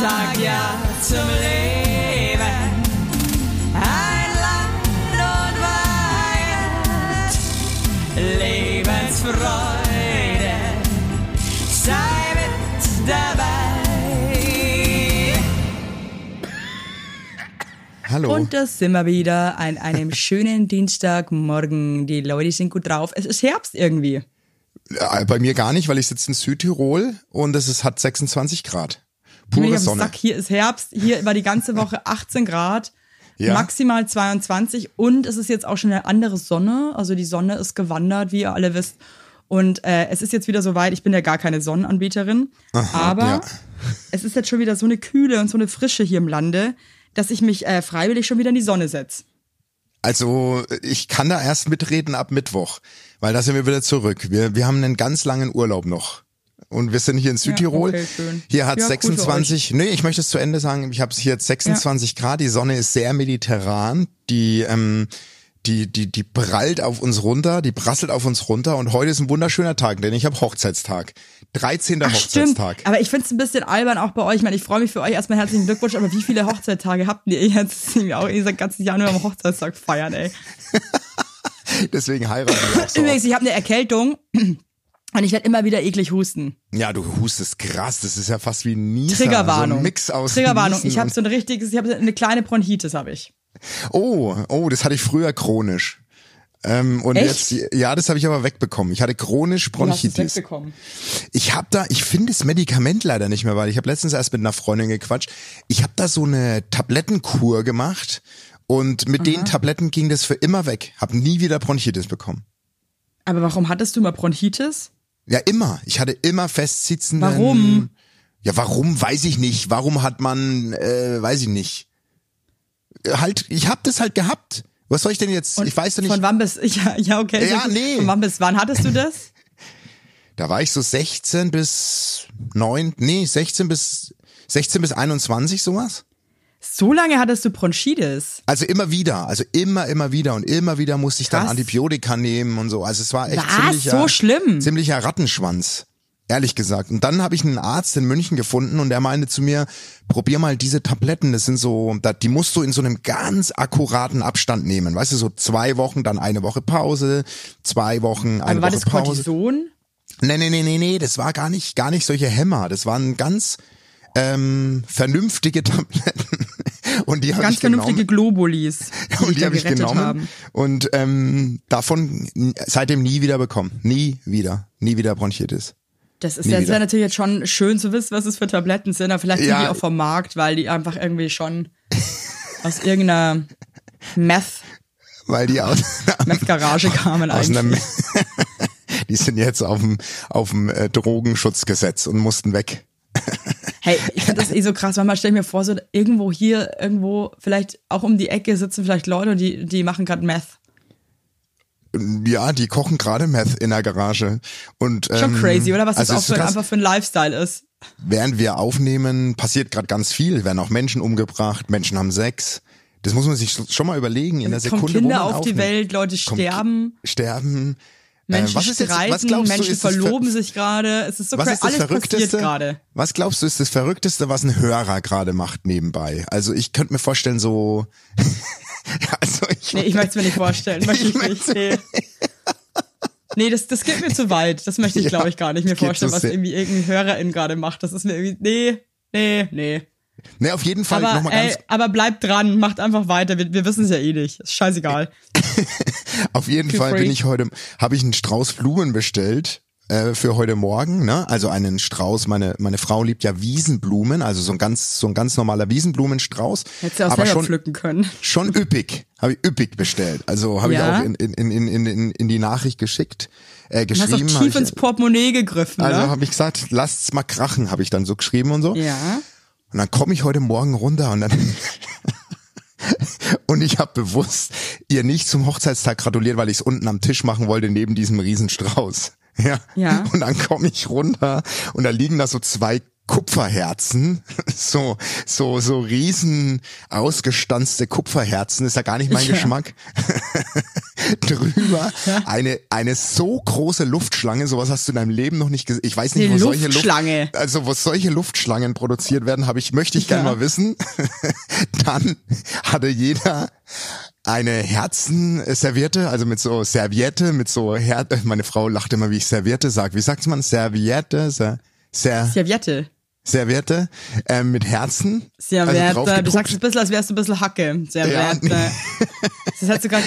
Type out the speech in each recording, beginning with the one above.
sag ja zum Leben. Ein Land und Weihend, Lebensfreude, sei mit dabei. Hallo. Und das sind wir wieder an einem schönen Dienstagmorgen. Die Leute sind gut drauf. Es ist Herbst irgendwie. Bei mir gar nicht, weil ich sitze in Südtirol und hat 26 Grad. Pure Sonne. Sack, hier ist Herbst, hier war die ganze Woche 18 Grad, Ja. maximal 22 und es ist jetzt auch schon eine andere Sonne. Also die Sonne ist gewandert, wie ihr alle wisst. Und es ist jetzt wieder soweit, ich bin ja gar keine Sonnenanbeterin, aber ja. es ist jetzt schon wieder so eine Kühle und so eine Frische hier im Lande, dass ich mich freiwillig schon wieder in die Sonne setze. Also ich kann da erst mitreden ab Mittwoch, weil da sind wir wieder zurück. Wir haben einen ganz langen Urlaub noch. Und wir sind hier in Südtirol. okay, schön. Hier hat Ja, cool für 26, nee, ich möchte es zu Ende sagen, ich habe hier jetzt 26 Grad, die Sonne ist sehr mediterran, die prallt auf uns runter, die prasselt auf uns runter und heute ist ein wunderschöner Tag, denn ich habe Hochzeitstag. 13. Ach, Hochzeitstag. stimmt. Aber ich find's ein bisschen albern auch bei euch. Ich meine, ich freue mich für euch erstmal herzlichen Glückwunsch, aber wie viele Hochzeitstage habt ihr jetzt? Auch ihr seid ganzes Jahr nur am Hochzeitstag feiern, ey. Deswegen heiraten wir auch so. Übrigens, ich habe eine Erkältung und ich werde immer wieder eklig husten. Ja, du hustest krass, das ist ja fast wie ein Nieser. Triggerwarnung. So ein Mix aus Triggerwarnung. Niesen Ich habe und- so eine kleine Bronchitis habe ich. Oh, das hatte ich früher chronisch. Und Echt? jetzt, ja, das habe ich aber wegbekommen. Ich hatte chronisch Wie hast du's Bronchitis. wegbekommen? Ich finde das Medikament leider nicht mehr, weil ich habe letztens erst mit einer Freundin gequatscht. Ich habe da so eine Tablettenkur gemacht und mit den Tabletten ging das für immer weg. Hab nie wieder Bronchitis bekommen. Aber warum hattest du mal Bronchitis? Ja, immer. Ich hatte immer festsitzenden... Warum? Ja, warum, weiß ich nicht. Warum hat man, weiß ich nicht. Ich hab das halt gehabt. Was soll ich denn jetzt? Und ich weiß doch nicht. Von wann bis, ja, okay. Ja, sehr gut. nee. Von wann bis wann hattest du das? Da war ich so 16 bis 21, sowas. So lange hattest du Bronchitis? Also immer wieder und immer wieder musste ich dann Krass. Antibiotika nehmen und so. Also es war echt Was? So schlimm? ziemlicher Rattenschwanz, ehrlich gesagt. Und dann habe ich einen Arzt in München gefunden und der meinte zu mir, probier mal diese Tabletten, das sind so, die musst du in so einem ganz akkuraten Abstand nehmen. Weißt du, so 2 Wochen, dann eine Woche Pause, 2 Wochen, eine Aber war Woche das Pause. Cortison? Nee, das war gar nicht solche Hämmer. Das waren ganz vernünftige Tabletten. Und die habe Ganz ich genommen. vernünftige Globulis, die Und dich die da habe ich gerettet genommen haben. und davon seitdem nie wieder bekommen. Nie wieder Bronchitis. Das ist Nie jetzt wieder. wäre natürlich jetzt schon schön zu wissen, was es für Tabletten sind, aber vielleicht sind Ja. die auch vom Markt, weil die einfach irgendwie schon aus irgendeiner Weil die aus Meth-Garage kamen aus eigentlich. einem die sind jetzt auf dem Drogenschutzgesetz und mussten weg. Hey, ich finde das so krass. Manchmal stelle ich mir vor, so irgendwo, vielleicht auch um die Ecke sitzen vielleicht Leute und die machen gerade Meth. Ja, die kochen gerade Meth in der Garage. Und, Schon crazy, oder? Was das also auch für, krass. einfach für ein Lifestyle ist. Während wir aufnehmen, passiert gerade ganz viel. Werden auch Menschen umgebracht, Menschen haben Sex. Das muss man sich schon mal überlegen in der Kommen Sekunde, wo Kinder man auf die aufnimmt. Welt, Leute sterben, Sterben. Menschen was ist jetzt- was streiten, glaubst du, Menschen ist das verloben sich gerade. Es ist so Was crazy. ist das Alles passiert Verrückteste? gerade. Was glaubst du, ist das Verrückteste, was ein Hörer gerade macht nebenbei? Also ich könnte mir vorstellen, so. Also Nee, ich möchte es mir nicht vorstellen. Möchte ich nicht. Nee, das geht mir zu weit. Das möchte ich, Ja, glaube ich, gar nicht mir das geht vorstellen, zu was sehr. irgendwie irgendein HörerIn gerade macht. Das ist mir irgendwie, nee. Ne, auf jeden Fall nochmal ganz. Aber bleibt dran, macht einfach weiter. Wir wissen es ja eh nicht. Ist scheißegal. Auf jeden Feel Fall free. habe ich einen Strauß Blumen bestellt für heute Morgen, ne? Also einen Strauß. Meine Frau liebt ja Wiesenblumen, also so ein ganz normaler Wiesenblumenstrauß. Hättest du auch aber selber schon pflücken können. schon üppig, habe ich üppig bestellt. Also habe Ja? ich auch in die Nachricht geschickt, Du hast geschrieben. doch hab tief ich, ins Portemonnaie gegriffen, also ne? habe ich gesagt, lasst's mal krachen, habe ich dann so geschrieben und so. Ja. Und dann komme ich heute Morgen runter und dann und ich habe bewusst ihr nicht zum Hochzeitstag gratuliert, weil ich es unten am Tisch machen wollte, neben diesem Riesenstrauß. Ja. Ja. Und dann komme ich runter und da liegen da so 2 Kupferherzen, so riesen ausgestanzte Kupferherzen, ist ja gar nicht mein Geschmack. Drüber eine so große Luftschlange, sowas hast du in deinem Leben noch nicht gesehen. Ich weiß nicht, wo solche Luftschlangen produziert werden, möchte ich gerne mal wissen. Dann hatte jeder eine Herzenserviette, also mit so Serviette, meine Frau lacht immer, wie ich Serviette sage. Wie sagt man Serviette? Serviette mit Herzen. Serviette, also du sagst es ein bisschen, als wärst du ein bisschen Hacke. Serviette. Ja, das hat sogar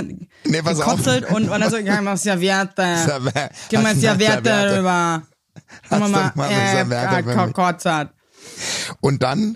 gekotzelt und dann so, ja, mal Serviette. Gib mal Serviette rüber. Guck mal, gekotzert. Und dann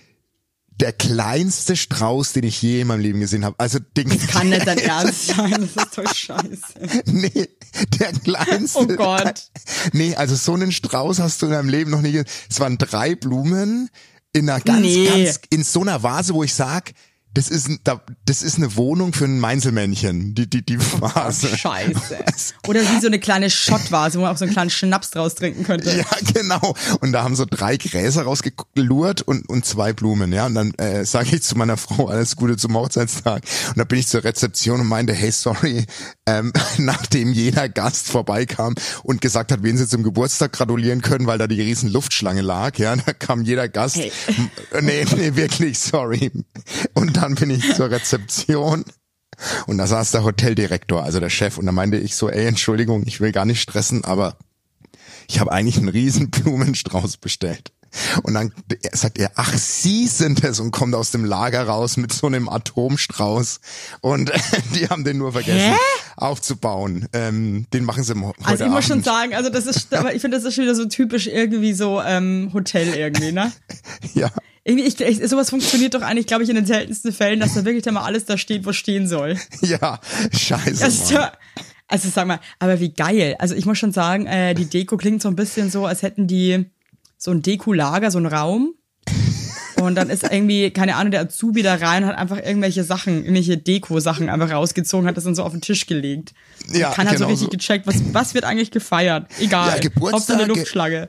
der kleinste Strauß, den ich je in meinem Leben gesehen habe. Also das kann nicht dein Ernst sein, das ist doch scheiße. Nee, der kleinste. Oh Gott. Nee, also so einen Strauß hast du in deinem Leben noch nie gesehen. Es waren 3 Blumen in einer in so einer Vase, wo ich sag, das ist eine Wohnung für ein Meinzelmännchen, die Vase. Oh, scheiße. Oder wie so eine kleine Schottvase, wo man auch so einen kleinen Schnaps draus trinken könnte. Ja, genau. Und da haben so 3 Gräser rausgelurt und 2 Blumen, ja. Und dann sage ich zu meiner Frau, alles Gute zum Hochzeitstag. Und dann bin ich zur Rezeption und meinte, hey, sorry, nachdem jeder Gast vorbeikam und gesagt hat, wen sie zum Geburtstag gratulieren können, weil da die riesen Luftschlange lag, ja, da kam jeder Gast. Hey. Nee, wirklich, sorry. Und dann bin ich zur Rezeption und da saß der Hoteldirektor, also der Chef, und da meinte ich so, ey, Entschuldigung, ich will gar nicht stressen, aber ich habe eigentlich einen riesen Blumenstrauß bestellt. Und dann sagt er, ach, Sie sind es, und kommt aus dem Lager raus mit so einem Atomstrauß, und die haben den nur vergessen aufzubauen. Den machen sie heute Abend. Also ich muss schon sagen, also das ist, aber ich finde, das ist schon wieder so typisch irgendwie so Hotel irgendwie, ne? Ja. Irgendwie, sowas funktioniert doch eigentlich, glaube ich, in den seltensten Fällen, dass da wirklich dann mal alles da steht, wo stehen soll. Ja, scheiße. Also sag mal, aber wie geil. Also ich muss schon sagen, die Deko klingt so ein bisschen so, als hätten die so ein Dekolager, so ein Raum. Und dann ist irgendwie, keine Ahnung, der Azubi da rein, hat einfach irgendwelche Deko-Sachen einfach rausgezogen, hat das dann so auf den Tisch gelegt. Ja, und kann so richtig gecheckt, was wird eigentlich gefeiert? Egal. Ja, Hauptsache eine Luftschlange.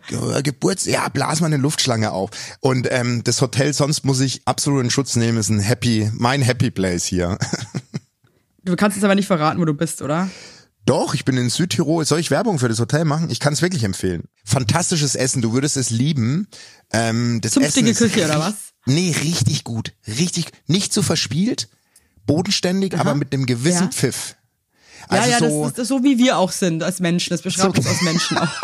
Blas mal eine Luftschlange auf. Und das Hotel sonst muss ich absolut in Schutz nehmen, ist mein Happy Place hier. Du kannst jetzt aber nicht verraten, wo du bist, oder? Doch, ich bin in Südtirol. Soll ich Werbung für das Hotel machen? Ich kann es wirklich empfehlen. Fantastisches Essen, du würdest es lieben. Zünftige Küche oder was? Nee, richtig gut. Richtig, nicht so verspielt, bodenständig, aber mit einem gewissen Pfiff. Also das ist so, wie wir auch sind als Menschen. Das beschreibt uns als Menschen auch.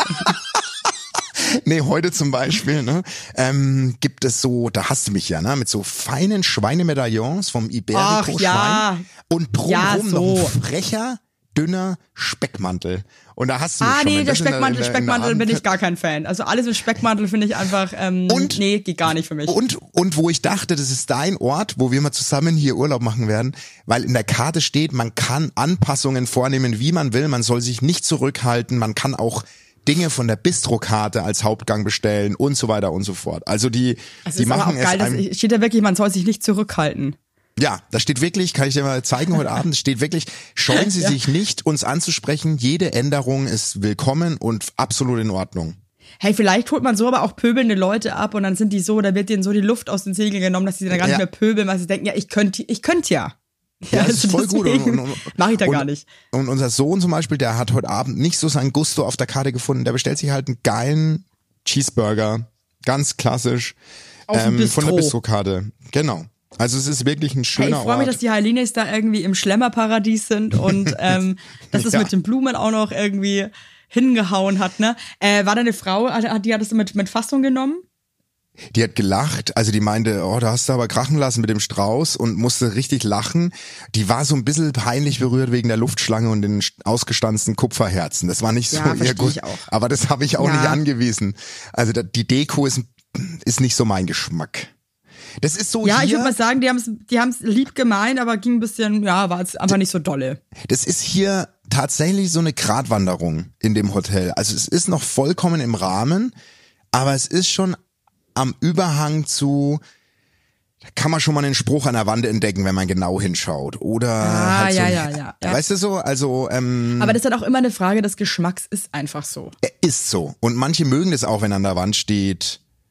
Nee, heute zum Beispiel, gibt es so, da hast du mich ja, mit so feinen Schweinemedaillons vom Iberico-Schwein und drumherum noch ein frecher, dünner Speckmantel. Und da hast du mich schon. Nee, der Speckmantel bin ich gar kein Fan. Also alles mit Speckmantel finde ich einfach, nee, geht gar nicht für mich. Und wo ich dachte, das ist dein Ort, wo wir mal zusammen hier Urlaub machen werden, weil in der Karte steht, man kann Anpassungen vornehmen, wie man will, man soll sich nicht zurückhalten, man kann auch Dinge von der Bistrokarte als Hauptgang bestellen und so weiter und so fort. Also die machen es. Geil, steht da wirklich, man soll sich nicht zurückhalten. Ja, da steht wirklich, kann ich dir mal zeigen heute Abend, steht wirklich, scheuen Sie sich nicht, uns anzusprechen, jede Änderung ist willkommen und absolut in Ordnung. Hey, vielleicht holt man so aber auch pöbelnde Leute ab und dann sind die so, da wird denen so die Luft aus den Segeln genommen, dass die dann gar nicht mehr pöbeln, weil sie denken, ja, ich könnte ja. Ja, das ist voll gut. Mach ich da gar nicht. Und unser Sohn zum Beispiel, der hat heute Abend nicht so sein Gusto auf der Karte gefunden, der bestellt sich halt einen geilen Cheeseburger, ganz klassisch, von der Bistrokarte. Genau. Also es ist wirklich ein schöner Ort. Ich freue mich, dass die Heilinis da irgendwie im Schlemmerparadies sind und dass es mit den Blumen auch noch irgendwie hingehauen hat. Ne? War da eine Frau, die hat das mit Fassung genommen? Die hat gelacht, also die meinte, oh, da hast du aber krachen lassen mit dem Strauß und musste richtig lachen. Die war so ein bisschen peinlich berührt wegen der Luftschlange und den ausgestanzten Kupferherzen. Das war nicht so ihr gut. Ich auch. Aber das habe ich auch nicht angewiesen. Also die Deko ist nicht so mein Geschmack. Das ist so ich würde mal sagen, die haben's lieb gemeint, aber ging ein bisschen, war jetzt einfach nicht so dolle. Das ist hier tatsächlich so eine Gratwanderung in dem Hotel. Also es ist noch vollkommen im Rahmen, aber es ist schon am Überhang da kann man schon mal einen Spruch an der Wand entdecken, wenn man genau hinschaut. Oder ja. Weißt du so, also aber das ist halt auch immer eine Frage des Geschmacks, ist einfach so. Ist so. Und manche mögen das auch, wenn an der Wand steht,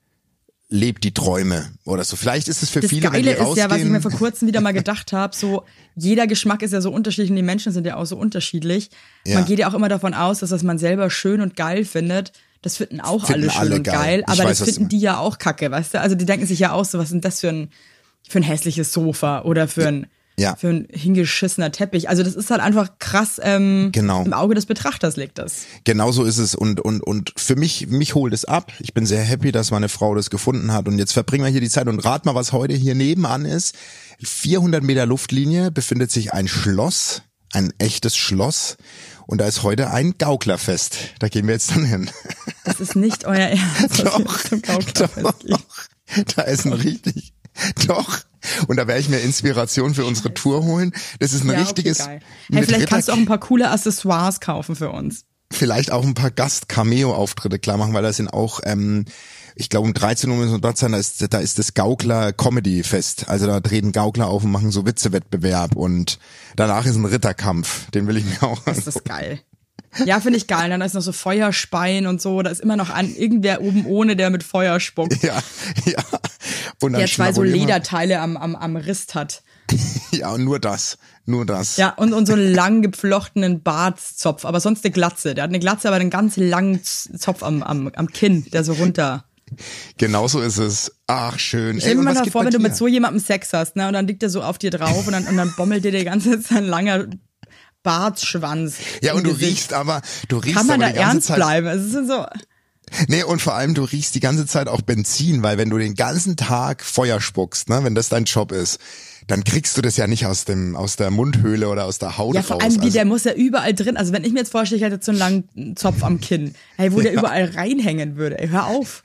lebt die Träume oder so. Vielleicht ist es für Das viele, wenn die Geile ist rausgehen. ja, was ich mir vor kurzem wieder mal gedacht habe, so jeder Geschmack ist ja so unterschiedlich und die Menschen sind ja auch so unterschiedlich. Ja. Man geht ja auch immer davon aus, dass was man selber schön und geil findet, das finden auch alle schön und geil, aber weiß, das was du finden die ja auch kacke, weißt du? Also die denken sich ja auch so, was ist denn das für ein hässliches Sofa oder für ein hingeschissener Teppich. Also das ist halt einfach krass, Genau. im Auge des Betrachters liegt das. Genau so ist es und für mich holt es ab. Ich bin sehr happy, dass meine Frau das gefunden hat und jetzt verbringen wir hier die Zeit und rat mal, was heute hier nebenan ist. 400 Meter Luftlinie befindet sich ein Schloss, ein echtes Schloss und da ist heute ein Gauklerfest. Da gehen wir jetzt dann hin. Das ist nicht euer Ernst, dass ihr zum Gauklerfest geht. Da ist ein richtig, doch. Und da werde ich mir Inspiration für unsere Tour holen. Das ist ein richtiges. Okay, geil. Hey, vielleicht kannst du auch ein paar coole Accessoires kaufen für uns. Vielleicht auch ein paar Gast-Cameo-Auftritte klar machen, weil da sind auch, ich glaube um 13 Uhr müssen wir dort sein, da ist das Gaukler-Comedy-Fest. Also da treten Gaukler auf und machen so Witzewettbewerb und danach ist ein Ritterkampf. Den will ich mir auch angucken. Das ist geil. Ja, finde ich geil. Dann ist noch so Feuerspeien und so. Da ist immer noch irgendwer oben ohne, der mit Feuer spuckt. Ja. Und dann der 2 so Lederteile am Rist hat. Ja, und nur das. Ja, und so einen lang geflochtenen Bartzopf, aber sonst eine Glatze. Der hat eine Glatze, aber einen ganz langen Zopf am Kinn, der so runter. Genau so ist es. Ach, schön. Stell dir mal vor, wenn du mit so jemandem Sex hast, ne, und dann liegt er so auf dir drauf und dann bommelt dir die ganze Zeit ein langer Bartschwanz. Ja, und du riechst Kann man aber da die ganze ernst Zeit bleiben? Es ist so. Nee, und vor allem, du riechst die ganze Zeit auch Benzin, weil wenn du den ganzen Tag Feuer spuckst, ne, wenn das dein Job ist, dann kriegst du das ja nicht aus der Mundhöhle oder aus der Haut Ja, raus. vor allem, der muss ja überall drin, also wenn ich mir jetzt vorstelle, ich hätte jetzt so einen langen Zopf am Kinn, hey, wo der überall reinhängen würde, ey, hör auf.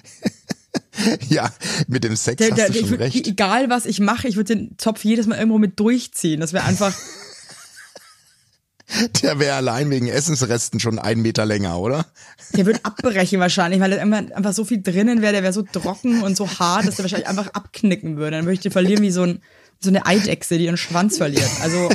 Ja, mit dem Sex hast du schon recht. Egal was ich mache, ich würde den Zopf jedes Mal irgendwo mit durchziehen, das wäre einfach... Der wäre allein wegen Essensresten schon 1 Meter länger, oder? Der wird abbrechen wahrscheinlich, weil da einfach so viel drinnen wäre, der wäre so trocken und so hart, dass der wahrscheinlich einfach abknicken würde. Dann würde ich den verlieren wie so eine Eidechse, die ihren Schwanz verliert. Also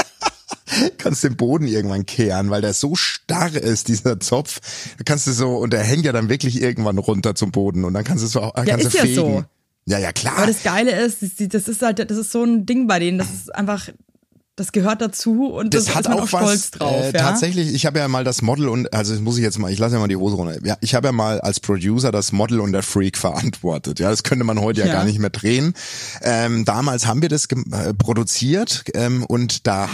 kannst den Boden irgendwann kehren, weil der so starr ist, dieser Zopf. Da kannst du so, und der hängt ja dann wirklich irgendwann runter zum Boden und dann kannst du so, kannst du fegen. So. Ja, klar. Aber das Geile ist, das ist so ein Ding bei denen, das ist einfach... Das gehört dazu und das hat ist man auch stolz drauf. Ja? Tatsächlich, ich habe ja mal das Model und, also ich lasse ja mal die Hose runter. Ja, ich habe ja mal als Producer das Model und der Freak verantwortet. Ja, das könnte man heute ja gar nicht mehr drehen. Damals haben wir das produziert und da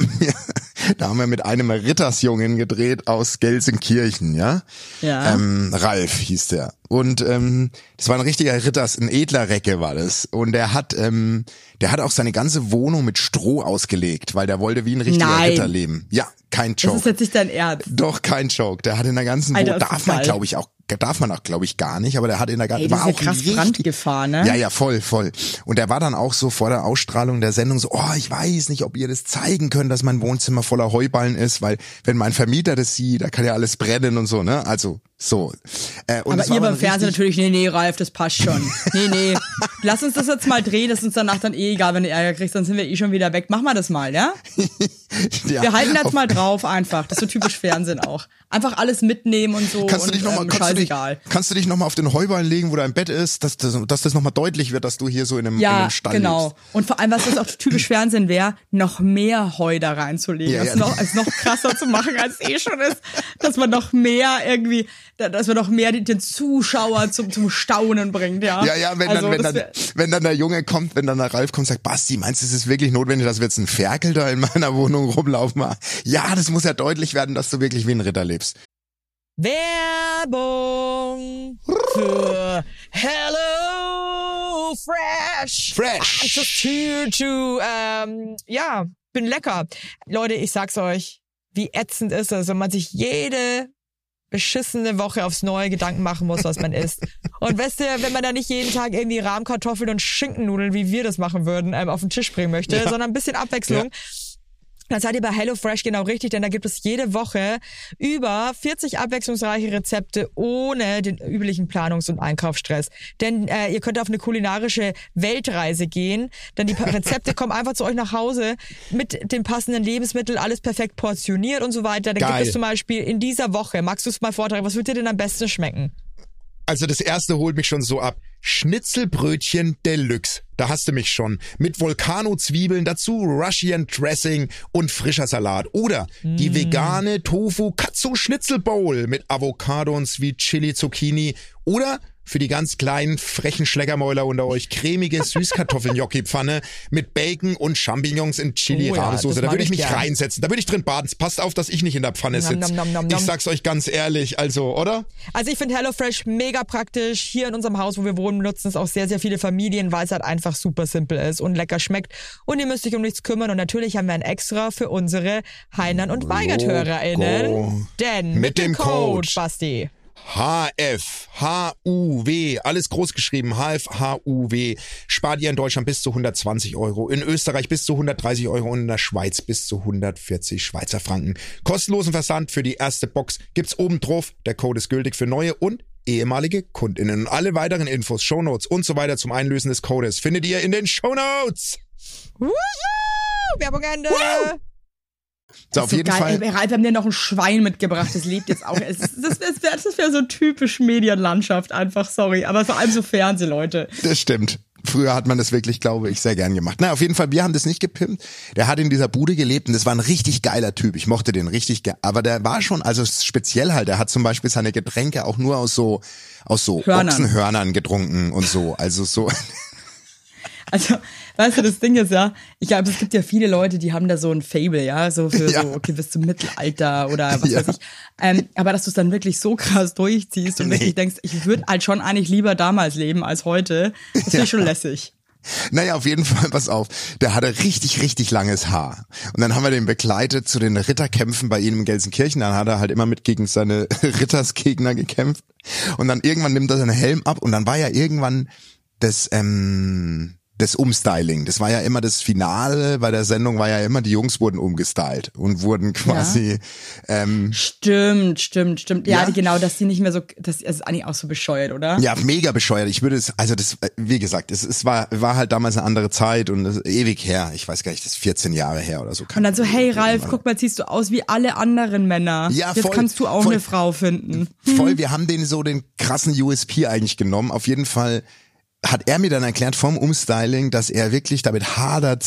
haben wir mit einem Rittersjungen gedreht aus Gelsenkirchen, ja. Ralf hieß der. Und das war ein richtiger ein edler Recke war das. Und der hat auch seine ganze Wohnung mit Stroh ausgelegt, weil der wollte wie ein richtiger Ritter leben. Ja, kein Joke. Das ist jetzt nicht dein Ernst. Doch, kein Joke. Der hat in der ganzen Wohnung, darf man auch, glaube ich, gar nicht, aber der hat in der ganzen, war auch ja krass Brandgefahr, ne? Ja, voll. Und der war dann auch so vor der Ausstrahlung der Sendung so, ich weiß nicht, ob ihr das zeigen könnt, dass mein Wohnzimmer voller Heuballen ist, weil wenn mein Vermieter das sieht, da kann ja alles brennen und so, ne? Also, so. Und aber ihr beim Fernsehen natürlich, nee, Ralf, das passt schon. Nee. Lass uns das jetzt mal drehen, das ist uns danach dann egal, wenn du Ärger kriegst, dann sind wir schon wieder weg. Mach mal das mal, ja? Ja, wir halten jetzt mal drauf einfach. Das ist so typisch Fernsehen auch. Einfach alles mitnehmen und so. Kannst du dich noch mal auf den Heuballen legen, wo dein Bett ist, dass das noch mal deutlich wird, dass du hier so in einem Stall genau. lebst. Und vor allem, was das auch typisch Fernsehen wäre, noch mehr Heu da reinzulegen. Als noch krasser zu machen, als schon ist. Dass man noch mehr irgendwie, dass man noch mehr den Zuschauer zum Staunen bringt, ja. Ja, wenn dann der Junge kommt, wenn dann der Ralf kommt und sagt, Basti, meinst du, es ist wirklich notwendig, dass wir jetzt einen Ferkel da in meiner Wohnung rumlaufen? Ja, das muss ja deutlich werden, dass du wirklich wie ein Ritter lebst. Werbung für Hello Fresh. I'm just here to, bin lecker. Leute, ich sag's euch, wie ätzend ist das, wenn man sich jede beschissene Woche aufs Neue Gedanken machen muss, was man isst. Und weißt du, wenn man da nicht jeden Tag irgendwie Rahmkartoffeln und Schinkennudeln, wie wir das machen würden, auf den Tisch bringen möchte, sondern ein bisschen Abwechslung. Ja. Dann seid ihr bei HelloFresh genau richtig, denn da gibt es jede Woche über 40 abwechslungsreiche Rezepte ohne den üblichen Planungs- und Einkaufsstress. Denn ihr könnt auf eine kulinarische Weltreise gehen, denn die Rezepte kommen einfach zu euch nach Hause mit den passenden Lebensmitteln, alles perfekt portioniert und so weiter. Dann gibt es zum Beispiel in dieser Woche, magst du es mal vortragen, was wird dir denn am besten schmecken? Also das erste holt mich schon so ab. Schnitzelbrötchen Deluxe. Da hast du mich schon. Mit Volcano-Zwiebeln, dazu Russian Dressing und frischer Salat. Oder die vegane Tofu-Katsu-Schnitzel-Bowl mit Avocado und Sweet Chili Zucchini. Oder für die ganz kleinen, frechen Schleckermäuler unter euch cremige Süßkartoffeln-Gnocchi-Pfanne mit Bacon und Champignons in Chili-Rahmsoße. Da würde ich mich reinsetzen. Da würde ich drin baden. Passt auf, dass ich nicht in der Pfanne sitze. Ich sag's euch ganz ehrlich, also, oder? Also ich finde HelloFresh mega praktisch. Hier in unserem Haus, wo wir wohnen, nutzen es auch sehr, sehr viele Familien, weil es halt einfach super simpel ist und lecker schmeckt. Und ihr müsst euch um nichts kümmern. Und natürlich haben wir ein Extra für unsere Heinern und Weigert-HörerInnen. Denn mit dem Code, Basti, HFHUW, alles groß geschrieben, HFHUW, spart ihr in Deutschland bis zu 120 Euro, in Österreich bis zu 130 Euro und in der Schweiz bis zu 140 Schweizer Franken. Kostenlosen Versand für die erste Box gibt's oben drauf. Der Code ist gültig für neue und ehemalige KundInnen. Und alle weiteren Infos, Shownotes und so weiter zum Einlösen des Codes findet ihr in den Shownotes. Woohoo! Werbung Ende! Woo! So, auf jeden Fall. Ey, Ralf, wir haben dir noch ein Schwein mitgebracht, das lebt jetzt auch. Das wäre so typisch Medienlandschaft einfach, sorry. Aber vor allem so Fernsehleute. Das stimmt. Früher hat man das wirklich, glaube ich, sehr gern gemacht. Na, auf jeden Fall, wir haben das nicht gepimpt. Der hat in dieser Bude gelebt und das war ein richtig geiler Typ. Ich mochte den richtig gern. Aber der war schon, also speziell halt, der hat zum Beispiel seine Getränke auch nur aus so Ochsenhörnern getrunken und so. Also so. Also, weißt du, das Ding ist ja, ich glaube, es gibt ja viele Leute, die haben da so ein Fable, ja, so für so, okay, bis zum Mittelalter oder was weiß ich. Aber dass du es dann wirklich so krass durchziehst und wirklich denkst, ich würde halt schon eigentlich lieber damals leben als heute, das finde ich schon lässig. Naja, auf jeden Fall, pass auf, der hatte richtig, richtig langes Haar. Und dann haben wir den begleitet zu den Ritterkämpfen bei ihm in Gelsenkirchen. Dann hat er halt immer mit gegen seine Rittersgegner gekämpft. Und dann irgendwann nimmt er seinen Helm ab und dann war ja irgendwann das Umstyling. Das war ja immer das Finale bei der Sendung, war ja immer, die Jungs wurden umgestylt und wurden quasi Stimmt. Ja, genau, dass die nicht mehr so, das ist eigentlich auch so bescheuert, oder? Ja, mega bescheuert. Ich würde es, also das, wie gesagt, es war halt damals eine andere Zeit und das ist ewig her. Ich weiß gar nicht, das ist 14 Jahre her oder so. Und dann so, hey Ralf, guck mal, ziehst du aus wie alle anderen Männer. Ja, jetzt voll, kannst du auch eine Frau finden. Voll, wir haben den krassen USP eigentlich genommen. Auf jeden Fall hat er mir dann erklärt vom Umstyling, dass er wirklich damit hadert,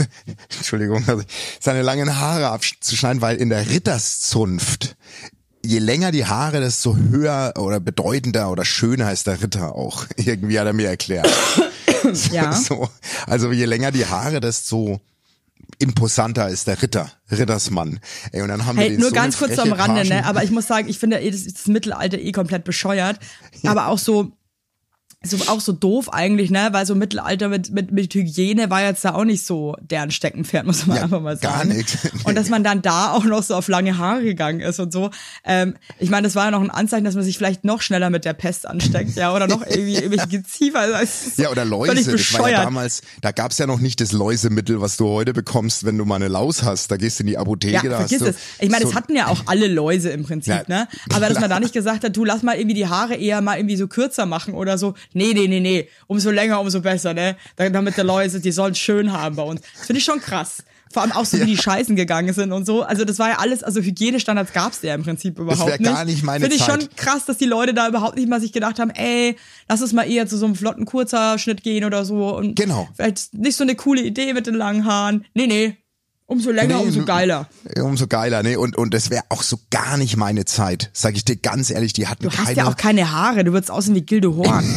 seine langen Haare abzuschneiden, weil in der Ritterszunft, je länger die Haare, desto höher oder bedeutender oder schöner ist der Ritter auch. Irgendwie hat er mir erklärt. Ja. So, also je länger die Haare, desto imposanter ist der Rittersmann. Ey, und dann haben wir den nur so ganz kurz am Rande, ne? Aber ich muss sagen, ich finde das Mittelalter komplett bescheuert. Ja. Aber auch so doof eigentlich, ne, weil so Mittelalter mit Hygiene war jetzt da auch nicht so deren Steckenpferd, muss man einfach mal sagen. Gar nicht. Und dass man dann da auch noch so auf lange Haare gegangen ist und so. Ich meine, das war ja noch ein Anzeichen, dass man sich vielleicht noch schneller mit der Pest ansteckt, ja, oder noch irgendwie irgendwelche Geziefer. Also ja, oder Läuse. Das war ja damals, da gab's ja noch nicht das Läusemittel, was du heute bekommst, wenn du mal eine Laus hast. Da gehst du in die Apotheke, ja, da vergiss hast du. Es. Ich meine, das hatten ja auch alle Läuse im Prinzip, ja, ne? Aber dass man da nicht gesagt hat, du lass mal irgendwie die Haare eher mal irgendwie so kürzer machen oder so. Nee. Umso länger, umso besser, ne? Damit die Läuse, die sollen schön haben bei uns. Das finde ich schon krass. Vor allem auch so, wie die Scheißen gegangen sind und so. Also das war ja alles, also Hygienestandards gab's ja im Prinzip überhaupt nicht. Das wäre gar nicht meine Zeit. Finde ich schon krass, dass die Leute da überhaupt nicht mal sich gedacht haben, ey, lass uns mal eher zu so einem flotten Kurzhaarschnitt gehen oder so. Und genau. Vielleicht nicht so eine coole Idee mit den langen Haaren. Nee. Umso länger, umso geiler. Umso geiler, ne? Und das wäre auch so gar nicht meine Zeit. Sag ich dir ganz ehrlich, die hatten keine... Du hast ja auch keine Haare, du würdest aussehen wie Gilde Horn.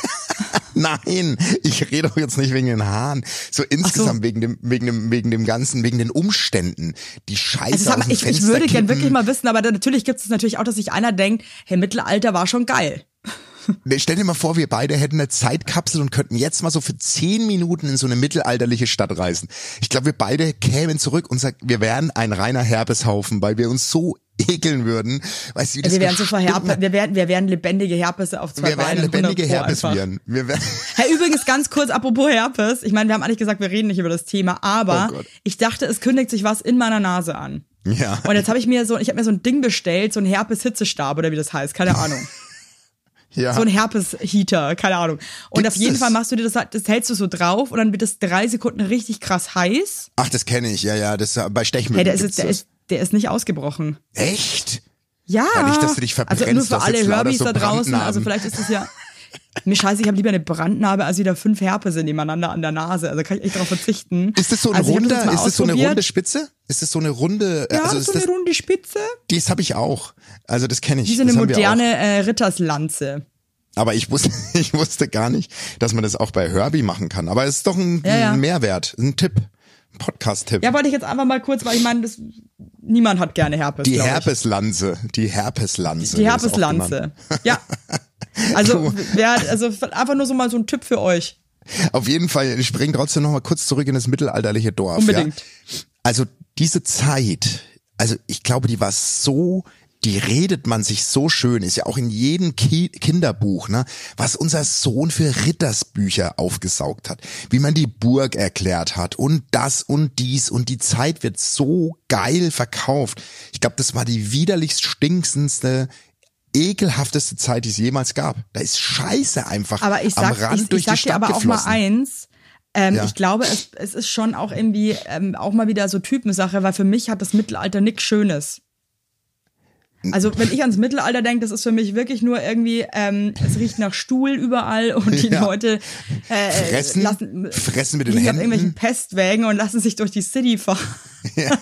Nein, ich rede doch jetzt nicht wegen den Haaren. So insgesamt wegen dem Ganzen, wegen den Umständen. Die Scheiße aus dem Fenster ich würde gern wirklich mal wissen, aber natürlich gibt es natürlich auch, dass sich einer denkt, hey, Mittelalter war schon geil. Stell dir mal vor, wir beide hätten eine Zeitkapsel und könnten jetzt mal so für 10 Minuten in so eine mittelalterliche Stadt reisen. Ich glaube, wir beide kämen zurück und sagen, wir wären ein reiner Herpeshaufen, weil wir uns so ekeln würden. Weißt du, wie das wir wären so wir wären lebendige Herpes auf zwei Beinen. Wir wären lebendige Herpesviren. Hey, übrigens ganz kurz, apropos Herpes. Ich meine, wir haben eigentlich gesagt, wir reden nicht über das Thema, aber ich dachte, es kündigt sich was in meiner Nase an. Ja. Und jetzt habe ich mir so ein Ding bestellt, so ein Herpes-Hitzestab oder wie das heißt, keine Ahnung. Ja. So ein Herpes-Heater, keine Ahnung. Und auf jeden Fall machst du dir das hältst du so drauf und dann wird das 3 Sekunden richtig krass heiß. Ach, das kenne ich, ja, das bei Stechmücken. Hey, der ist nicht ausgebrochen. Echt? Ja. Nicht, dass du dich verbrennst. Also nur für alle Herbys da draußen, also vielleicht ist das ja... Mir scheiße, ich habe lieber eine Brandnarbe als wieder 5 Herpes nebeneinander an der Nase. Also kann ich echt darauf verzichten. Ist das so ein runder, ist das so eine runde Spitze? Ist das so eine runde, Ja, also so eine runde Spitze. Das habe ich auch. Also das kenne ich. Wie so eine moderne Ritterslanze. Aber ich wusste gar nicht, dass man das auch bei Herbie machen kann. Aber es ist doch ein Mehrwert, ein Tipp. Podcast-Tipp. Ja, wollte ich jetzt einfach mal kurz, weil ich meine, niemand hat gerne Herpes. Die Herpeslanze. Die Herpeslanze. Ja. Also einfach nur so mal so ein Tipp für euch. Auf jeden Fall, ich springe trotzdem noch mal kurz zurück in das mittelalterliche Dorf. Unbedingt. Ja. Also diese Zeit, also ich glaube, die redet man sich so schön, ist ja auch in jedem Kinderbuch, ne, was unser Sohn für Rittersbücher aufgesaugt hat, wie man die Burg erklärt hat und das und dies und die Zeit wird so geil verkauft. Ich glaube, das war die widerlichst stinkendste, ekelhafteste Zeit, die es jemals gab. Da ist Scheiße einfach am Rand durch die Stadt geflossen. Ich sag dir aber auch mal eins, ich glaube, es ist schon auch irgendwie auch mal wieder so Typensache, weil für mich hat das Mittelalter nichts Schönes. Also wenn ich ans Mittelalter denke, das ist für mich wirklich nur irgendwie, es riecht nach Stuhl überall und die Leute fressen mit den Händen auf irgendwelchen Pestwägen und lassen sich durch die City fahren. Ja.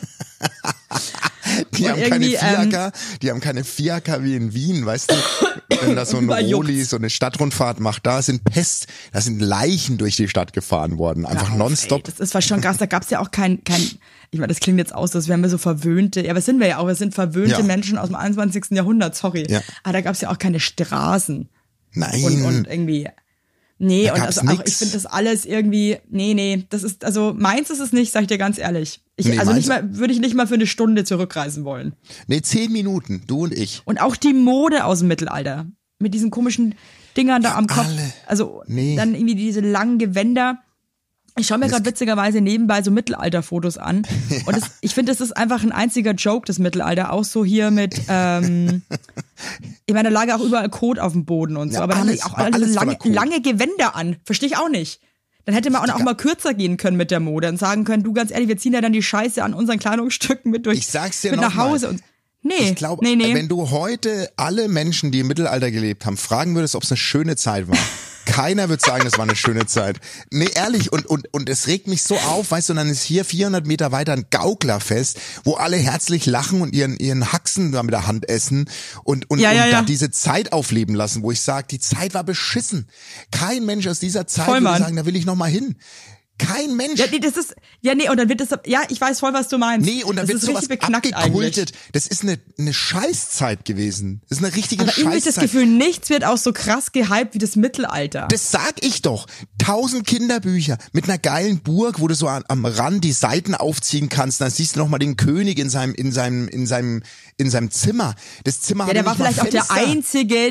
Die haben keine Fiaker wie in Wien, weißt du, wenn da so ein Roli so eine Stadtrundfahrt macht, da sind Leichen durch die Stadt gefahren worden, einfach nonstop. Ey, das ist fast schon krass, da gab's ja auch kein, ich meine, das klingt jetzt aus, als wären wir so verwöhnte, ja, was sind wir ja auch, wir sind verwöhnte Menschen aus dem 21. Jahrhundert, sorry. Ja. Aber da gab's ja auch keine Straßen. Nein. Und irgendwie, nee, und also auch, ich finde das alles irgendwie, nee, das ist, also meins ist es nicht, sag ich dir ganz ehrlich. Würde ich nicht mal für eine Stunde zurückreisen wollen. Nee, 10 Minuten, du und ich. Und auch die Mode aus dem Mittelalter. Mit diesen komischen Dingern da am Kopf. Also dann irgendwie diese langen Gewänder. Ich schaue mir gerade witzigerweise nebenbei so Mittelalter-Fotos an. Ja. Und ich finde, das ist einfach ein einziger Joke, das Mittelalter. Auch so hier mit, ich meine, da lag auch überall Kot auf dem Boden und so. Aber da haben die auch alle lange Gewänder an. Verstehe ich auch nicht. Dann hätte man auch mal kürzer gehen können mit der Mode und sagen können, du ganz ehrlich, wir ziehen ja dann die Scheiße an unseren Kleidungsstücken mit nach Hause. Und ich glaube, wenn du heute alle Menschen, die im Mittelalter gelebt haben, fragen würdest, ob es eine schöne Zeit war, keiner wird sagen, das war eine schöne Zeit. Nee, ehrlich, und es regt mich so auf, weißt du, und dann ist hier 400 Meter weiter ein Gauklerfest, wo alle herzlich lachen und ihren Haxen da mit der Hand essen und da diese Zeit aufleben lassen, wo ich sage, die Zeit war beschissen. Kein Mensch aus dieser Zeit würde sagen, da will ich noch mal hin. Kein Mensch. Und dann wird das, ich weiß voll, was du meinst. Nee, und dann wird sowas abgekultet. Das ist eine Scheißzeit gewesen. Das ist eine richtige Scheißzeit. Aber irgendwie das Gefühl, nichts wird auch so krass gehypt wie das Mittelalter. Das sag ich doch. 1000 Kinderbücher mit einer geilen Burg, wo du so am Rand die Seiten aufziehen kannst. Dann siehst du noch mal den König in seinem Zimmer. Das Zimmer hat der war vielleicht auch der Einzige,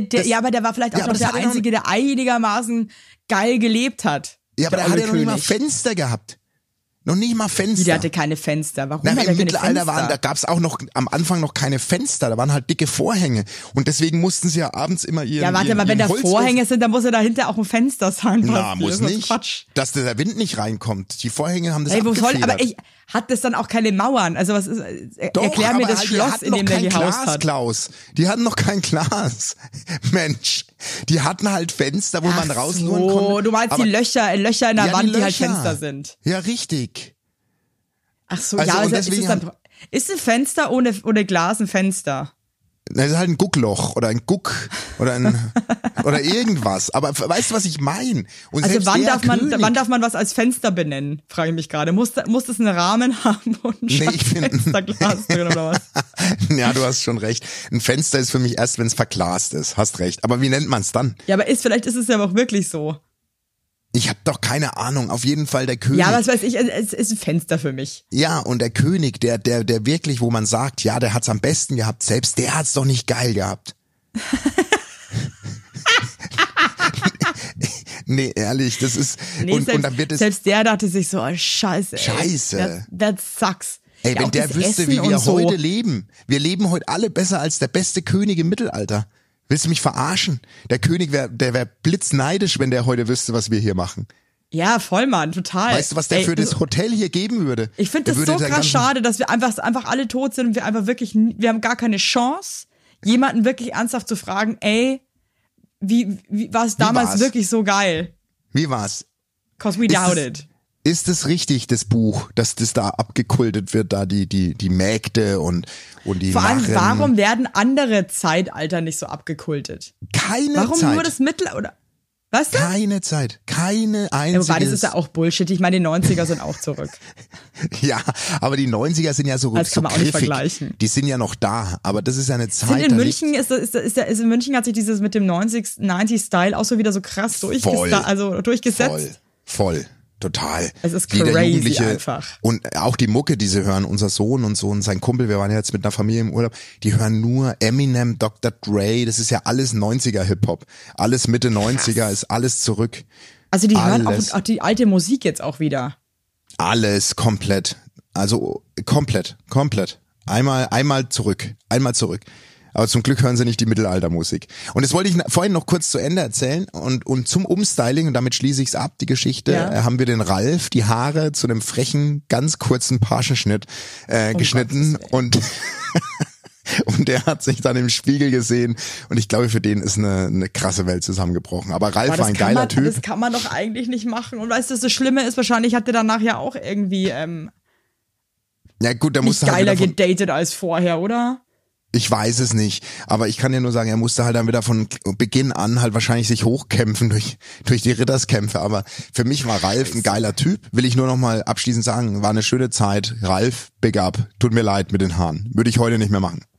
der einigermaßen geil gelebt hat. Ja, aber der hat ja noch nicht mal Fenster gehabt. Noch nicht mal Fenster. Der hatte keine Fenster. Warum hat er im keine Mittelalter Fenster? Da gab's auch noch am Anfang noch keine Fenster. Da waren halt dicke Vorhänge. Und deswegen mussten sie ja abends immer wenn da Vorhänge sind, dann muss ja dahinter auch ein Fenster sein. Na, muss nicht. Quatsch. Dass der Wind nicht reinkommt. Die Vorhänge haben das abgefedert. Aber hat das dann auch keine Mauern? Also was ist, erklär mir das Schloss, in dem der gehaust hat. Klaus. Die hatten noch kein Glas. Mensch. Die hatten halt Fenster, wo man rausluren konnte. Du meinst die Löcher in der Wand, die halt Fenster sind. Ja, richtig. Ach so, also ist ein Fenster ohne Glas ein Fenster? Das ist halt ein Guckloch oder ein Guck oder irgendwas. Aber weißt du, was ich meine? Also wann darf man was als Fenster benennen? Frage ich mich gerade. Muss das einen Rahmen haben und ein Fensterglas drin oder was? Ja, du hast schon recht. Ein Fenster ist für mich erst, wenn es verglast ist. Hast recht. Aber wie nennt man es dann? Ja, aber vielleicht ist es ja auch wirklich so. Ich habe doch keine Ahnung. Auf jeden Fall der König. Ja, was weiß ich, es ist ein Fenster für mich. Ja, und der König, der wirklich, wo man sagt, ja, der hat's am besten gehabt, selbst der hat's doch nicht geil gehabt. Nee, ehrlich, das ist und dann wird es selbst der dachte sich so, oh, Scheiße. Scheiße. That sucks. Ey, wenn der wüsste, wie wir heute leben. Wir leben heute alle besser als der beste König im Mittelalter. Willst du mich verarschen? Der König wäre blitzneidisch, wenn der heute wüsste, was wir hier machen. Ja, voll, Mann, total. Weißt du, was der für das Hotel hier geben würde? Ich finde das so krass schade, dass wir einfach alle tot sind und wir einfach wirklich, wir haben gar keine Chance, jemanden wirklich ernsthaft zu fragen, ey, wie war es damals wirklich so geil? Wie war's? 'Cause we doubt it. Ist es richtig, das Buch, dass das da abgekultet wird, da die Mägde und die Vor allem, Narren? warum werden andere Zeitalter nicht so abgekultet? Warum nur das Mittelalter? Weißt du? Keine Zeit. Keine einzige. Wobei, das ist ja auch Bullshit. Ich meine, die 90er sind auch zurück. Ja, aber die 90er sind ja so Das kann man auch nicht griffig. vergleichen. Die sind ja noch da, aber das ist ja eine Zeit. Sind in München in München hat sich dieses mit dem 90s-Style auch so wieder so krass durchgesetzt. Voll. Total. Es ist Jeder crazy Jugendliche einfach. Und auch die Mucke, die sie hören, unser Sohn und so und sein Kumpel, wir waren ja jetzt mit einer Familie im Urlaub, die hören nur Eminem, Dr. Dre, das ist ja alles 90er Hip-Hop. Alles Mitte 90er ist alles zurück. Also die hören auch die alte Musik jetzt auch wieder. Alles komplett. Also komplett. Einmal zurück. Aber zum Glück hören sie nicht die Mittelaltermusik. Und das wollte ich vorhin noch kurz zu Ende erzählen. Und zum Umstyling, und damit schließe ich es ab, die Geschichte, haben wir den Ralf die Haare zu einem frechen, ganz kurzen Pagenschnitt geschnitten. Und der hat sich dann im Spiegel gesehen. Und ich glaube, für den ist eine krasse Welt zusammengebrochen. Aber Ralf war ein geiler Typ. Das kann man doch eigentlich nicht machen. Und weißt du, das Schlimme ist, wahrscheinlich hat der danach ja auch irgendwie ja gut, der nicht musste geiler halt gedatet als vorher, oder? Ich weiß es nicht, aber ich kann dir nur sagen, er musste halt dann wieder von Beginn an halt wahrscheinlich sich hochkämpfen durch die Ritterskämpfe, aber für mich war Ralf ein geiler Typ, will ich nur noch mal abschließend sagen, war eine schöne Zeit. Ralf, big up, tut mir leid mit den Haaren, würde ich heute nicht mehr machen.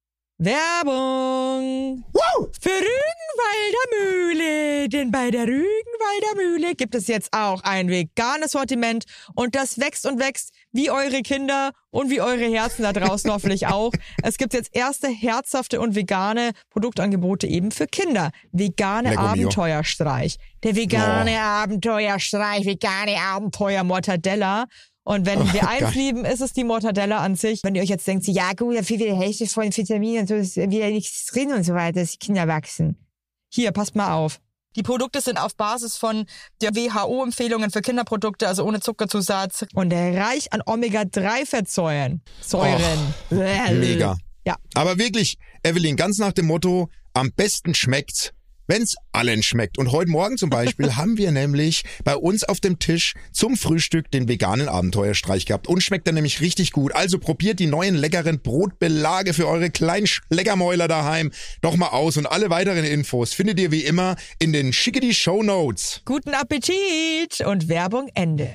Werbung! Wow! Für Rügenwalder Mühle, denn bei der Rügenwalder Mühle gibt es jetzt auch ein veganes Sortiment und das wächst und wächst wie eure Kinder und wie eure Herzen da draußen hoffentlich auch. Es gibt jetzt erste herzhafte und vegane Produktangebote eben für Kinder. Vegane Abenteuerstreich. Der vegane Abenteuerstreich, vegane Abenteuer-Mortadella. Und wenn wir eins lieben, ist es die Mortadella an sich. Wenn ihr euch jetzt denkt, ja gut, da fehlt die Hälfte von Vitaminen und so, ist wieder nichts drin und so weiter, dass die Kinder wachsen. Hier, passt mal auf. Die Produkte sind auf Basis von der WHO-Empfehlungen für Kinderprodukte, also ohne Zuckerzusatz und reich an Omega-3-Fettsäuren. Mega. Ja. Aber wirklich, Evelyn, ganz nach dem Motto, am besten schmeckt's, wenn's allen schmeckt. Und heute Morgen zum Beispiel haben wir nämlich bei uns auf dem Tisch zum Frühstück den veganen Abenteuerstreich gehabt. Und schmeckt dann nämlich richtig gut. Also probiert die neuen leckeren Brotbelage für eure kleinen Schleckermäuler daheim doch mal aus. Und alle weiteren Infos findet ihr wie immer in den Schickety Show Notes. Guten Appetit und Werbung Ende.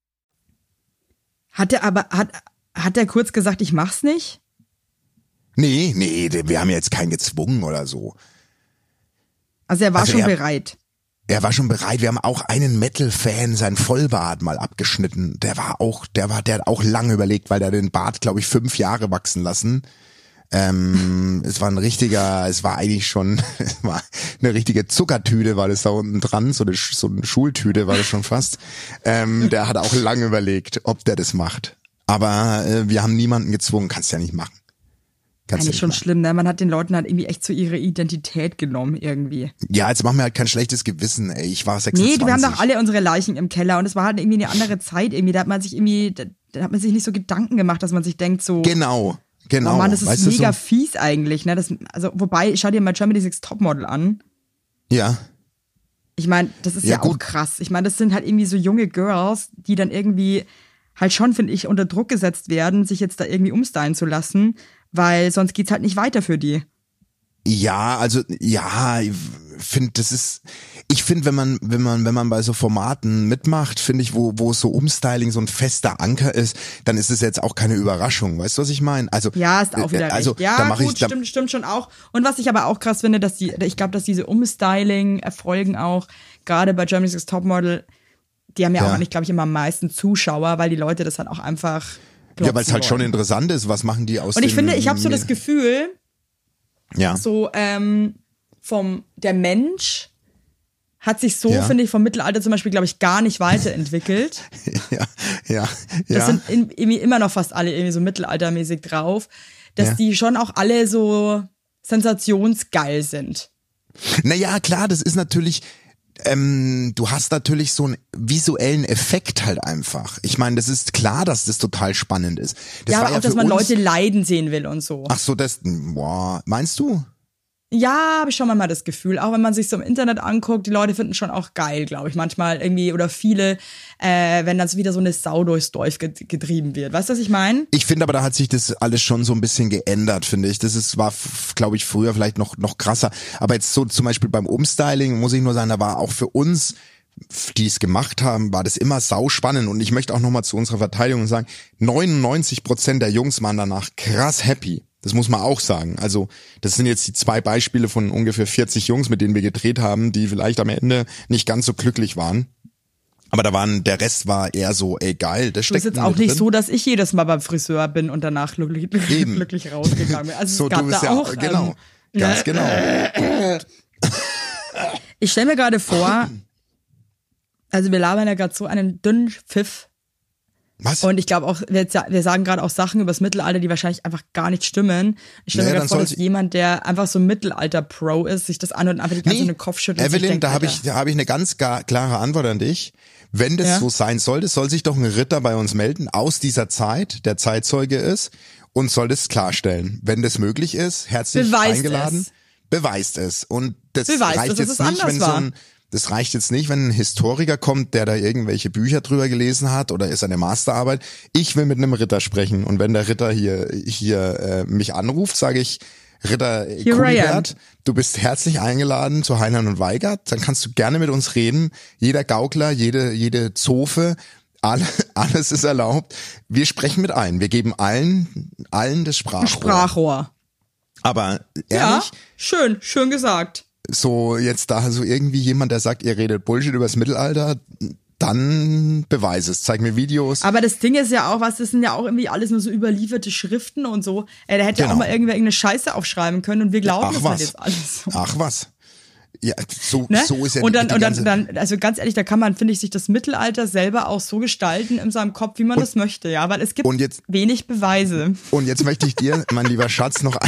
Hat er kurz gesagt, ich mach's nicht? Nee, wir haben jetzt keinen gezwungen oder so. Also er war schon bereit. Er war schon bereit. Wir haben auch einen Metal-Fan sein Vollbart mal abgeschnitten. Der hat auch lange überlegt, weil der den Bart, glaube ich, 5 Jahre wachsen lassen. Es war eine richtige Zuckertüte, war das da unten dran, so eine Schultüte war das schon fast. Der hat auch lange überlegt, ob der das macht. Aber wir haben niemanden gezwungen, kannst ja nicht machen. Eigentlich schon schlimm, ne? Man hat den Leuten halt irgendwie echt so ihre Identität genommen irgendwie. Ja, jetzt machen wir halt kein schlechtes Gewissen, ey. Ich war 26. Nee, wir haben doch alle unsere Leichen im Keller und es war halt irgendwie eine andere Zeit irgendwie. Da hat man sich nicht so Gedanken gemacht, dass man sich denkt so. Genau. Oh Mann, das ist mega fies eigentlich, ne? Wobei, schau dir mal Germany's Next Topmodel an. Ja. Ich meine, das ist ja auch krass. Ich meine, das sind halt irgendwie so junge Girls, die dann irgendwie halt schon, finde ich, unter Druck gesetzt werden, sich jetzt da irgendwie umstylen zu lassen. Weil sonst geht's halt nicht weiter für die. Ja, also ja, ich finde, wenn man bei so Formaten mitmacht, finde ich, wo so Umstyling so ein fester Anker ist, dann ist es jetzt auch keine Überraschung, weißt du, was ich meine? Also ja, ist auch wieder recht. Ja, da gut, stimmt schon auch. Und was ich aber auch krass finde, ich glaube, dass diese Umstyling-Erfolgen auch, gerade bei Germany's Next Topmodel, die haben ja auch eigentlich, glaube ich, immer am meisten Zuschauer, weil die Leute das halt auch einfach ja, weil es halt schon interessant ist, was machen die aus Und ich finde, ich habe so das Gefühl, so der Mensch hat sich so, finde ich, vom Mittelalter zum Beispiel, glaube ich, gar nicht weiterentwickelt. Ja. Das sind irgendwie immer noch fast alle irgendwie so mittelaltermäßig drauf, dass die schon auch alle so sensationsgeil sind. Naja, klar, das ist natürlich... du hast natürlich so einen visuellen Effekt halt einfach. Ich meine, das ist klar, dass das total spannend ist. Das ja, war aber auch, dass man Leute leiden sehen will und so. Ach so, meinst du? Ja, habe ich schon mal das Gefühl. Auch wenn man sich so im Internet anguckt, die Leute finden schon auch geil, glaube ich. Manchmal irgendwie oder viele, wenn dann so wieder so eine Sau durchs Dorf getrieben wird. Weißt du, was ich meine? Ich finde aber, da hat sich das alles schon so ein bisschen geändert, finde ich. War, glaube ich, früher vielleicht noch krasser. Aber jetzt so zum Beispiel beim Umstyling, muss ich nur sagen, da war auch für uns, die es gemacht haben, war das immer sauspannend. Und ich möchte auch nochmal zu unserer Verteidigung sagen, 99% der Jungs waren danach krass happy. Das muss man auch sagen. Also das sind jetzt die 2 Beispiele von ungefähr 40 Jungs, mit denen wir gedreht haben, die vielleicht am Ende nicht ganz so glücklich waren. Aber der Rest war eher so, ey geil, das steckt in mir drin. Es ist jetzt auch nicht so, dass ich jedes Mal beim Friseur bin und danach glücklich rausgegangen bin. Also so, es gab du bist da ja auch, genau, ganz genau. Ich stelle mir gerade vor, also wir labern ja gerade so einen dünnen Pfiff. Was? Und ich glaube auch, wir sagen gerade auch Sachen über das Mittelalter, die wahrscheinlich einfach gar nicht stimmen. Ich stelle mir gerade vor, dass jemand, der einfach so ein Mittelalter-Pro ist, sich das anhört und einfach die ganze Zeit den Kopf schüttelt. Evelyn, da habe ich eine ganz klare Antwort an dich. Wenn das so sein sollte, soll sich doch ein Ritter bei uns melden aus dieser Zeit, der Zeitzeuge ist, und soll das klarstellen. Wenn das möglich ist, herzlich eingeladen. Beweist es. Und das reicht jetzt nicht, wenn das reicht jetzt nicht, wenn ein Historiker kommt, der da irgendwelche Bücher drüber gelesen hat oder ist eine Masterarbeit. Ich will mit einem Ritter sprechen. Und wenn der Ritter hier mich anruft, sage ich, Ritter Kunibert, du bist herzlich eingeladen zu Heinlein und Weigert. Dann kannst du gerne mit uns reden. Jeder Gaukler, jede Zofe, alles ist erlaubt. Wir sprechen mit allen. Wir geben allen das Sprachrohr. Aber ehrlich? Ja, schön gesagt. So jetzt da so irgendwie jemand, der sagt, ihr redet Bullshit übers Mittelalter, dann beweis es, zeig mir Videos. Aber das Ding ist ja auch, das sind ja auch irgendwie alles nur so überlieferte Schriften und so. Da hätte ja auch mal irgendeine Scheiße aufschreiben können und wir glauben das halt jetzt alles so. Ach was. Ja, so ist ja und dann, also ganz ehrlich, da kann man, finde ich, sich das Mittelalter selber auch so gestalten in seinem Kopf, wie man das möchte, ja, weil es gibt wenig Beweise. Und jetzt möchte ich dir, mein lieber Schatz, noch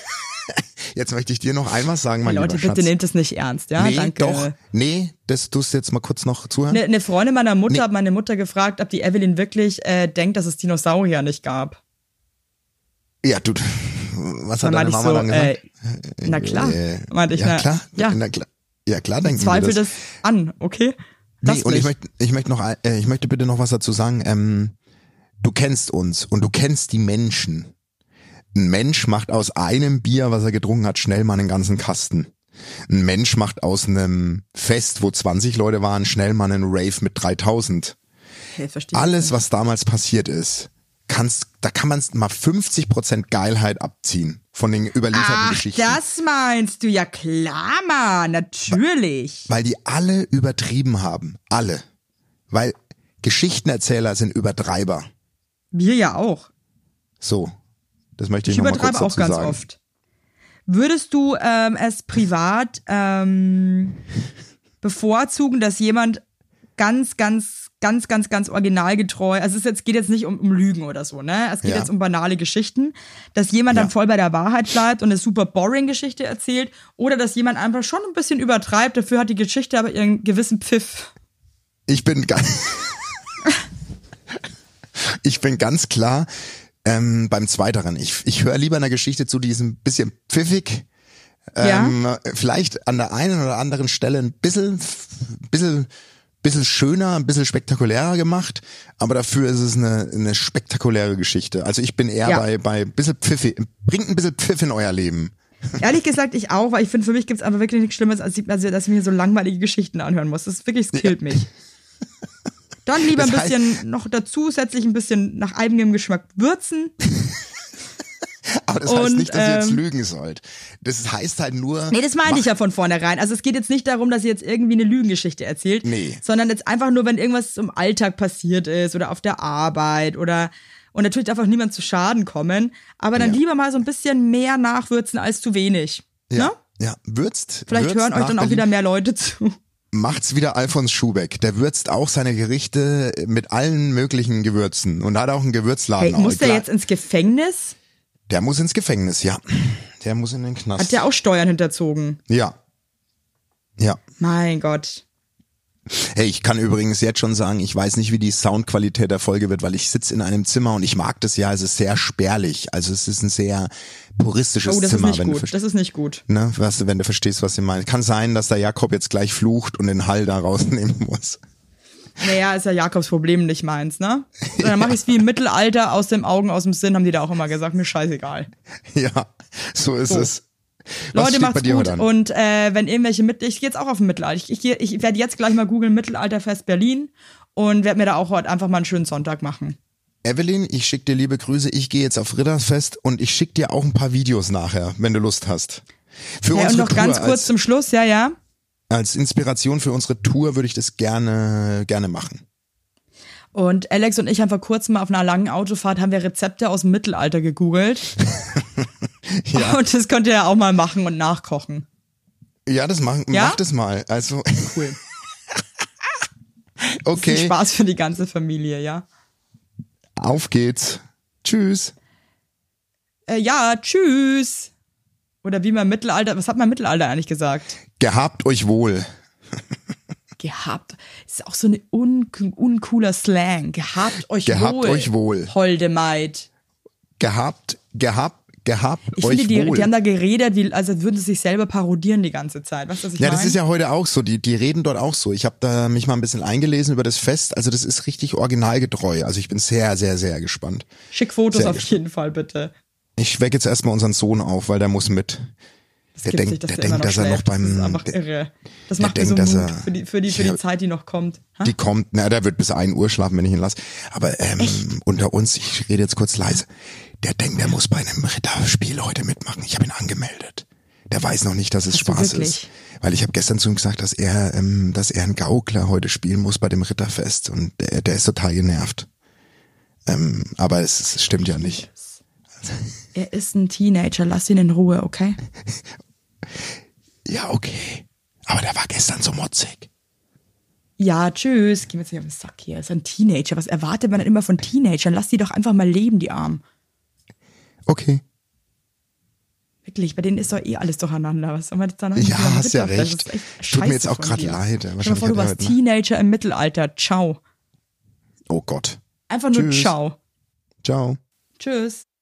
einmal sagen, mein lieber Schatz. Leute, bitte nehmt es nicht ernst, ja? Nee, danke. Doch. Nee, das tust du jetzt mal kurz noch zuhören. Eine Freundin meiner Mutter hat meine Mutter gefragt, ob die Evelyn wirklich denkt, dass es Dinosaurier nicht gab. Ja, du, was hat deine Mama dann gesagt? Na klar, meinte ich. Ja, klar. Ja, klar denken wir das. Zweifel das an, okay? Nee, und ich möchte bitte noch was dazu sagen. Du kennst uns und du kennst die Menschen. Ein Mensch macht aus einem Bier, was er getrunken hat, schnell mal einen ganzen Kasten. Ein Mensch macht aus einem Fest, wo 20 Leute waren, schnell mal einen Rave mit 3000. Okay, verstehe. Alles, was damals passiert ist, da kann man mal 50% Geilheit abziehen von den überlieferten Geschichten. Das meinst du? Ja klar, Mann, natürlich. Weil die alle übertrieben haben. Alle. Weil Geschichtenerzähler sind Übertreiber. Wir ja auch. So. Das möchte ich noch mal kurz dazu sagen. Ich übertreibe auch ganz oft. Würdest du es privat bevorzugen, dass jemand ganz originalgetreu, also geht jetzt nicht um Lügen oder so, ne? Es geht jetzt um banale Geschichten, dass jemand dann voll bei der Wahrheit bleibt und eine super boring Geschichte erzählt oder dass jemand einfach schon ein bisschen übertreibt, dafür hat die Geschichte aber ihren gewissen Pfiff. Ich bin ganz klar beim Zweiteren. Ich höre lieber einer Geschichte zu, die ist ein bisschen pfiffig, vielleicht an der einen oder anderen Stelle ein bisschen schöner, ein bisschen spektakulärer gemacht, aber dafür ist es eine spektakuläre Geschichte. Also ich bin eher bei ein bisschen pfiffig, bringt ein bisschen Pfiff in euer Leben. Ehrlich gesagt, ich auch, weil ich finde, für mich gibt's einfach wirklich nichts Schlimmes, als dass ich mir so langweilige Geschichten anhören muss. Das ist wirklich, es killt mich. Dann lieber ein bisschen noch zusätzlich ein bisschen nach eigenem Geschmack würzen. Aber das heißt nicht, dass ihr jetzt lügen sollt. Das heißt halt nur... Nee, das meinte ich ja von vornherein. Also es geht jetzt nicht darum, dass ihr jetzt irgendwie eine Lügengeschichte erzählt, sondern jetzt einfach nur, wenn irgendwas im Alltag passiert ist oder auf der Arbeit oder... Und natürlich darf auch niemand zu Schaden kommen, aber dann lieber mal so ein bisschen mehr nachwürzen als zu wenig. Ja, würzt. Vielleicht hören euch dann auch wieder mehr Leute zu. Macht's wieder Alfons Schubeck. Der würzt auch seine Gerichte mit allen möglichen Gewürzen und hat auch einen Gewürzladen. Hey, muss der jetzt ins Gefängnis? Der muss ins Gefängnis, ja. Der muss in den Knast. Hat der auch Steuern hinterzogen? Ja. Ja. Mein Gott. Hey, ich kann übrigens jetzt schon sagen, ich weiß nicht, wie die Soundqualität der Folge wird, weil ich sitze in einem Zimmer und ich mag das ja, es ist sehr spärlich. Also es ist ein sehr puristisches Oh, das Zimmer. ist nicht gut. Das ist nicht gut. Ne, wenn du verstehst, was ich meine. Kann sein, dass der Jakob jetzt gleich flucht und den Hall da rausnehmen muss. Naja, ist ja Jakobs Problem, nicht meins, ne? Dann mache ich es wie im Mittelalter, aus dem Augen, aus dem Sinn, haben die da auch immer gesagt, mir scheißegal. Ja, so ist es. Leute, macht's gut und wenn irgendwelche ich gehe jetzt auch auf ein Mittelalter. Ich werde jetzt gleich mal googeln Mittelalterfest Berlin und werde mir da auch heute einfach mal einen schönen Sonntag machen. Evelyn, ich schicke dir liebe Grüße. Ich gehe jetzt auf Ritterfest und ich schicke dir auch ein paar Videos nachher, wenn du Lust hast. Für ja, und noch Tour ganz kurz zum Schluss, ja. Als Inspiration für unsere Tour würde ich das gerne machen. Und Alex und ich haben vor kurzem mal auf einer langen Autofahrt haben wir Rezepte aus dem Mittelalter gegoogelt. Ja. Und das könnt ihr ja auch mal machen und nachkochen. Ja, mach das mal. Also cool. Okay. Viel Spaß für die ganze Familie, ja. Auf geht's. Tschüss. Ja, tschüss. Oder wie man im Mittelalter, was hat man im Mittelalter eigentlich gesagt? Gehabt euch wohl. Gehabt. Das ist auch so ein uncooler Slang. Gehabt euch wohl. Holde Maid. Gehabt ich euch finde, wohl. Die haben da geredet, als würden sie sich selber parodieren die ganze Zeit. Weißt du, was ich meine? Das ist ja heute auch so. Die reden dort auch so. Ich habe da mich mal ein bisschen eingelesen über das Fest. Also das ist richtig originalgetreu. Also ich bin sehr, sehr, sehr gespannt. Schick Fotos auf jeden Fall, bitte. Ich wecke jetzt erstmal unseren Sohn auf, weil der muss mit. Der denkt, dass er noch beim. Das ist einfach irre. Das macht mir so Mut für die Zeit, die noch kommt. Ha? Die kommt, der wird bis 1 Uhr schlafen, wenn ich ihn lasse. Aber unter uns, ich rede jetzt kurz leise. Der denkt, der muss bei einem Ritterspiel heute mitmachen. Ich habe ihn angemeldet. Der weiß noch nicht, dass es Spaß ist. Weil ich habe gestern zu ihm gesagt, dass er ein Gaukler heute spielen muss bei dem Ritterfest. Und der ist total genervt. Aber es stimmt ja nicht. Er ist ein Teenager, lass ihn in Ruhe, okay? Ja, okay. Aber der war gestern so motzig. Ja, tschüss. Geh mir jetzt nicht auf den Sack hier. Er ist ein Teenager. Was erwartet man denn immer von Teenagern? Lass die doch einfach mal leben, die Armen. Okay. Wirklich, bei denen ist doch alles durcheinander. Was soll man jetzt da noch? Ja, hast ja recht. Tut mir jetzt auch gerade leid. Stell dir vor, du warst Teenager im Mittelalter. Ciao. Oh Gott. Einfach nur ciao. Ciao. Tschüss.